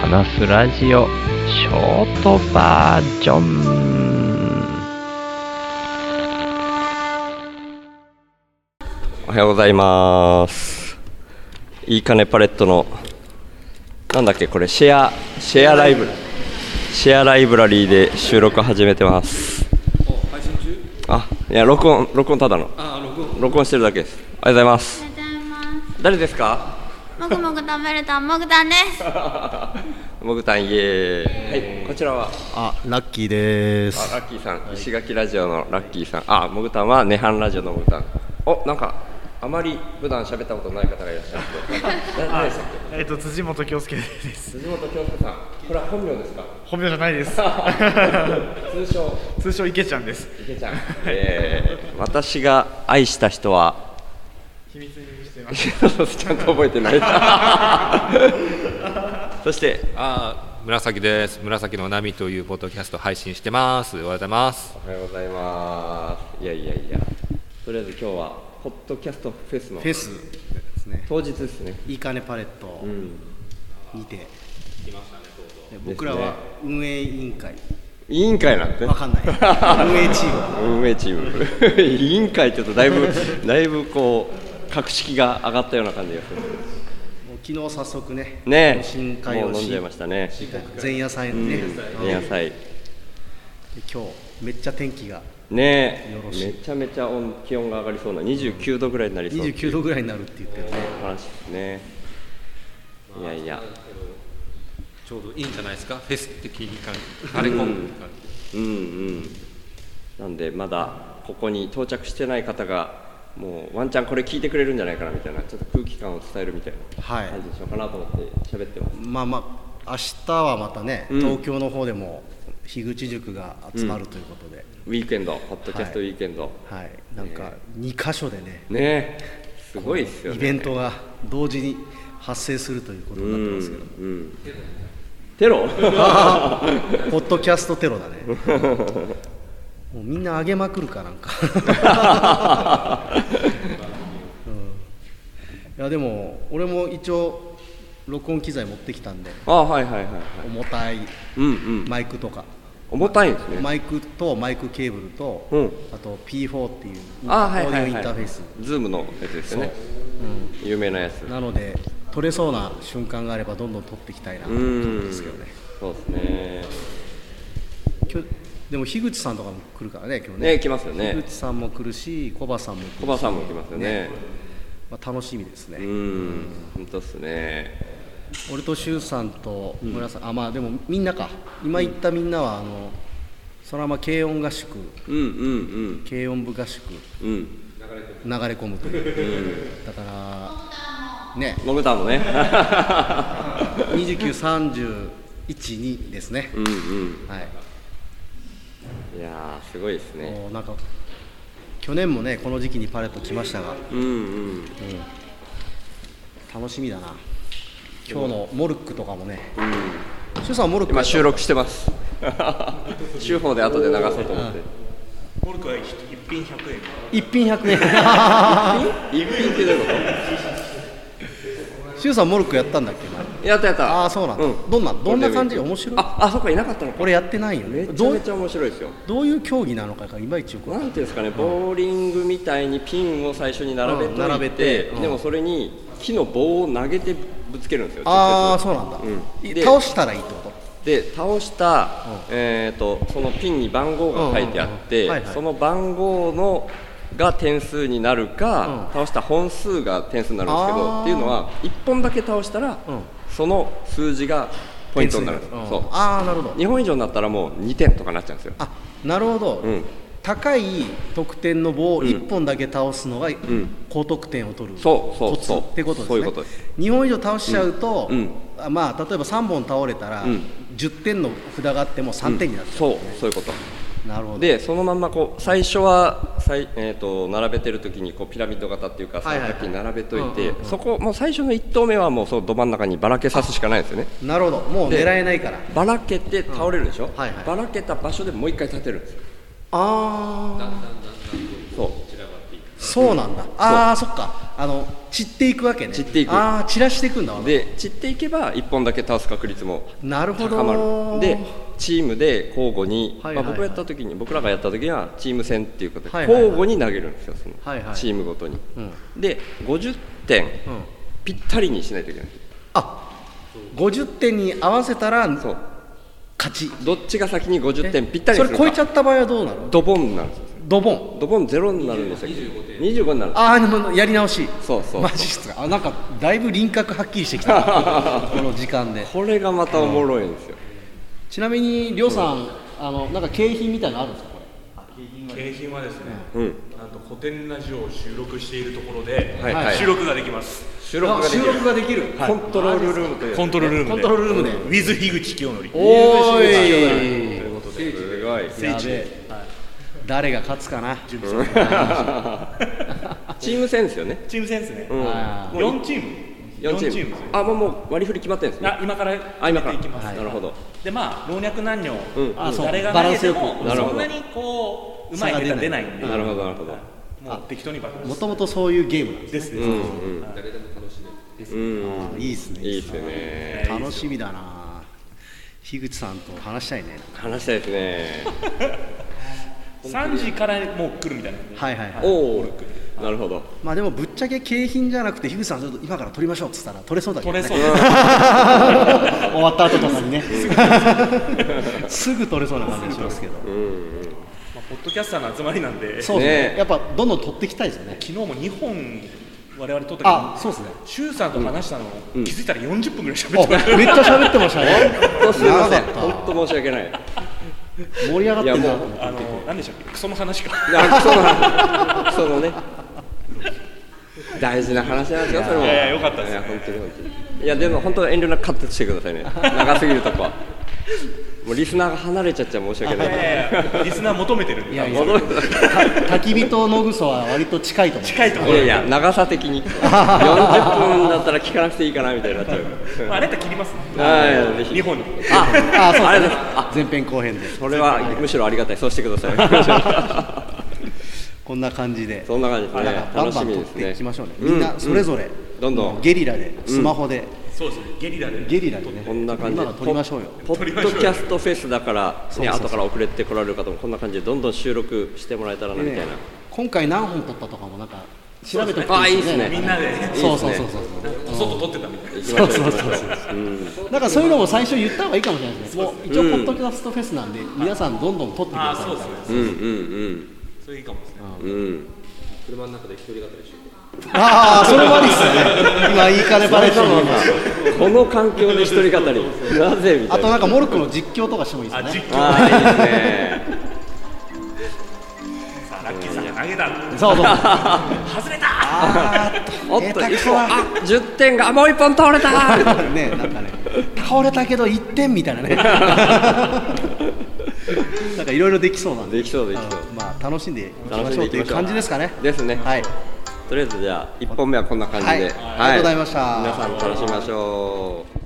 話すラジオショートバージョン。おはようございます。いいかねパレットのなんだっけこれシェアライブラリーで収録始めてます。 配信中？ いや録音ただの録音してるだけです。おはようございます。誰ですか？ もぐもぐ食べるたんもぐたんですもぐたんイエーイ。はい、こちらはラッキーです。 ラッキーさん、石垣ラジオのラッキーさん。もぐたんはネハンラジオのもぐたん。なんかあまり普段喋ったことない方がいらっしゃる。誰でしたっけ？ 辻本京介です。 辻本京介さん、これは本名ですか？ 本名じゃないです。通称池ちゃんです。 池ちゃん、私が愛した人は秘密にしてます。 ちゃんと覚えてないそして紫です。紫の波というポッドキャスト配信してます。おはようございます。 おはようございます。いやとりあえず今日はポッドキャストフェスのですね。 当日ですね。 いいかねパレットにて、 来ましたね。 僕らは運営委員会なんてわかんない運営チーム委員会って言うとだいぶこう格式が上がったような感じがする。 昨日早速ね新会を飲んじゃいましたね。 前夜祭のね、 前夜祭今日めっちゃ天気がめちゃめちゃ気温が上がりそうな29度ぐらいになりそう。 29度ぐらいになるって言ってるね話ですね。いやちょうどいいんじゃないですか。フェス的感晴れ込む感じ。 なんでまだここに到着してない方がもうワンチャンこれ聞いてくれるんじゃないかなみたいな、ちょっと空気感を伝えるみたいな感じにしようかなと思って喋ってます。 明日はまたね、東京の方でも樋口塾が集まるということで、 ウィークエンドポッドキャストウィークエンド、 なんか2カ所でねすごいっすよね。 イベントが同時に発生するということになってますけど、 テロポッドキャストテロだねもうみんな上げまくるかなんかいやでも俺も一応録音機材持ってきたんで、重たいマイクとか、 重たいんですね。 マイクとマイクケーブルと、あと P4 っていうオーディオインターフェース、 ズームのやつですよね。有名なやつなので撮れそうな瞬間があればどんどん撮っていきたいなと思うんですけどね。 そうですね。 でも樋口さんとかも来るからね今日ね。 来ますよね。 樋口さんも来るし、コバさんも来るし。 コバさんも来ますよね。 楽しみですね。 本当ですね。 俺と周さんと村さん、でもみんなか。今言ったみんなはそのまま軽音合宿、軽音部合宿、流れ込むという。だからね。 モグタンもね。 29、30、12ですね。 いやすごいですね。 なんか去年もねこの時期にパレット来ましたが、楽しみだな。今日のモルックとかもね。周さんモルック今収録してます。週報で後で流そうと思って。 モルックは1品100円。 1品100円。 1品ってどういうこと？ 周さんモルックやったんだっけ？ やった。 そうなんだ。どんな感じ？面白い？ そっか、いなかったのか。 俺やってないよね。 めちゃめちゃ面白いですよ。 どういう競技なのかがいまいちよく分かんない。 なんていうんですかね、ボーリングみたいにピンを最初に並べて、でもそれに木の棒を投げてぶつけるんですよ。 そうなんだ。倒したらいいってこと？ で倒した、そのピンに番号が書いてあって、その番号が点数になるか、倒した本数が点数になるんですけど、っていうのは1本だけ倒したら、その数字がポイントになるんです。 なるほど。 2本以上になったらもう2点とかなっちゃうんですよ。 なるほど。高い得点の棒を1本だけ倒すのが高得点を取るコツってことですね。 そういうことです。 2本以上倒しちゃうと、例えば3本倒れたら10点の札があっても3点になっちゃう。 そういうこと。 なるほど。 でそのまんま最初は並べてる時にピラミッド型っていうか三角形に並べといて、そこもう最初の1投目はもうそのど真ん中にばらけさすしかないんですよね。 なるほど。もう狙えないからばらけて倒れるでしょ。ばらけた場所でもう一回立てるんですよ。 そうなんだ。そっか。 散っていくわけね。 散っていく。 散らしていくんだ。 で散っていけば1本だけ倒す確率もなるほど。 高まる。でチームで交互に、僕らがやった時にはチーム戦っていうことで交互に投げるんですよ、そのチームごとに。で50点ぴったりにしないといけない。 50点に合わせたら勝ち。 どっちが先に50点ぴったりにするか。 それ超えちゃった場合はどうなる？ ドボンになるんですよ。ドボンゼロになるんでしたっけ？25になる。 やり直し。 そうマジっすか。なんかだいぶ輪郭はっきりしてきたこの時間で。 これがまたおもろいんですよ。 ちなみにりょうさん、なんか景品みたいなのあるんですか？ 景品はですね、なんと古典ラジオを収録しているところで収録ができます。 収録ができる。 コントロールルームという。 コントロールルームで。 ウィズ樋口清則。 おーい。 ということで。 すごい。 やべえ。誰が勝つかな。 チーム戦ですよね。 チーム戦ですね。4チーム。4チーム。 もう割り振り決まってるんですね。 今から決めていきます。 なるほど。 で老若男女誰が投げてもそんなにこううまいネタ出ないんで。 なるほど。 もう適当にバカ。 もともとそういうゲームなんですね。 誰でも楽しめる。 いいですね。 いいですね。 楽しみだな。樋口さんと話したいね。 話したいですね。 3時からもう来るみたいな。 おお。 なるほど。 でもぶっちゃけ景品じゃなくて樋口さんちょっと今から取りましょうっつったら取れそうだけどね。 取れそう。 終わった後とかにね。すぐ取れそうな感じしますけど。 ポッドキャスターの集まりなんで。 そうね。やっぱどんどん取っていきたいですよね。 昨日も2本我々撮ったけど。 そうですね。 周さんと話したの気づいたら40分ぐらい喋ってました。 めっちゃ喋ってましたね。 すみません。本当申し訳ない。 盛り上がってるな。 何でしたっけ？クソの話か。 クソのね。大事な話なんですよ、それも。 よかったです。 本当に。いやでも本当に遠慮なくカットしてくださいね。長すぎるとこは。もうリスナーが離れちゃっちゃ申し訳ない。 リスナー求めてる。 焚き火と野草は割と近いと思う。 近いところ。 いや長さ的に40分だったら聞かなくていいかなみたいになっちゃう。 あれって切りますね。2本に。 そうですね。前編後編で。 それはむしろありがたい。そうしてください。 こんな感じで。 そんな感じですね。楽しみですね。 いきましょうね。みんなそれぞれどんどんゲリラでスマホで。 そうですね。ゲリラでね。 こんな感じで撮りましょうよ。 ポッドキャストフェスだからね、後から遅れてこられる方もこんな感じでどんどん収録してもらえたらなみたいな。 今回何本撮ったとかもなんか調べておくといいですね。 みんなで。 そう。 外撮ってたみたいな。 だからそういうのも最初言った方がいいかもしれないですね。もう一応ポッドキャストフェスなんで皆さんどんどん撮ってください。 そうですね。それいいかもですね。車の中で一人語りして。 それもありっすね。今いい金バレたのこの環境で一人語りなぜみたいな。 あとなんかモルックの実況とかしてもいいですね。 いいですね。 さあラッキーさんが投げた。 そう外れた。 おっと10点がもう1本倒れた。 ね、なんかね倒れたけど1点みたいなね。なんかいろいろできそうなんで。 できそう。 楽しんでいきましょうという感じですかね。 ですね。はい。とりあえずじゃあ1本目はこんな感じで、 ありがとうございました。 皆さん楽しみましょう。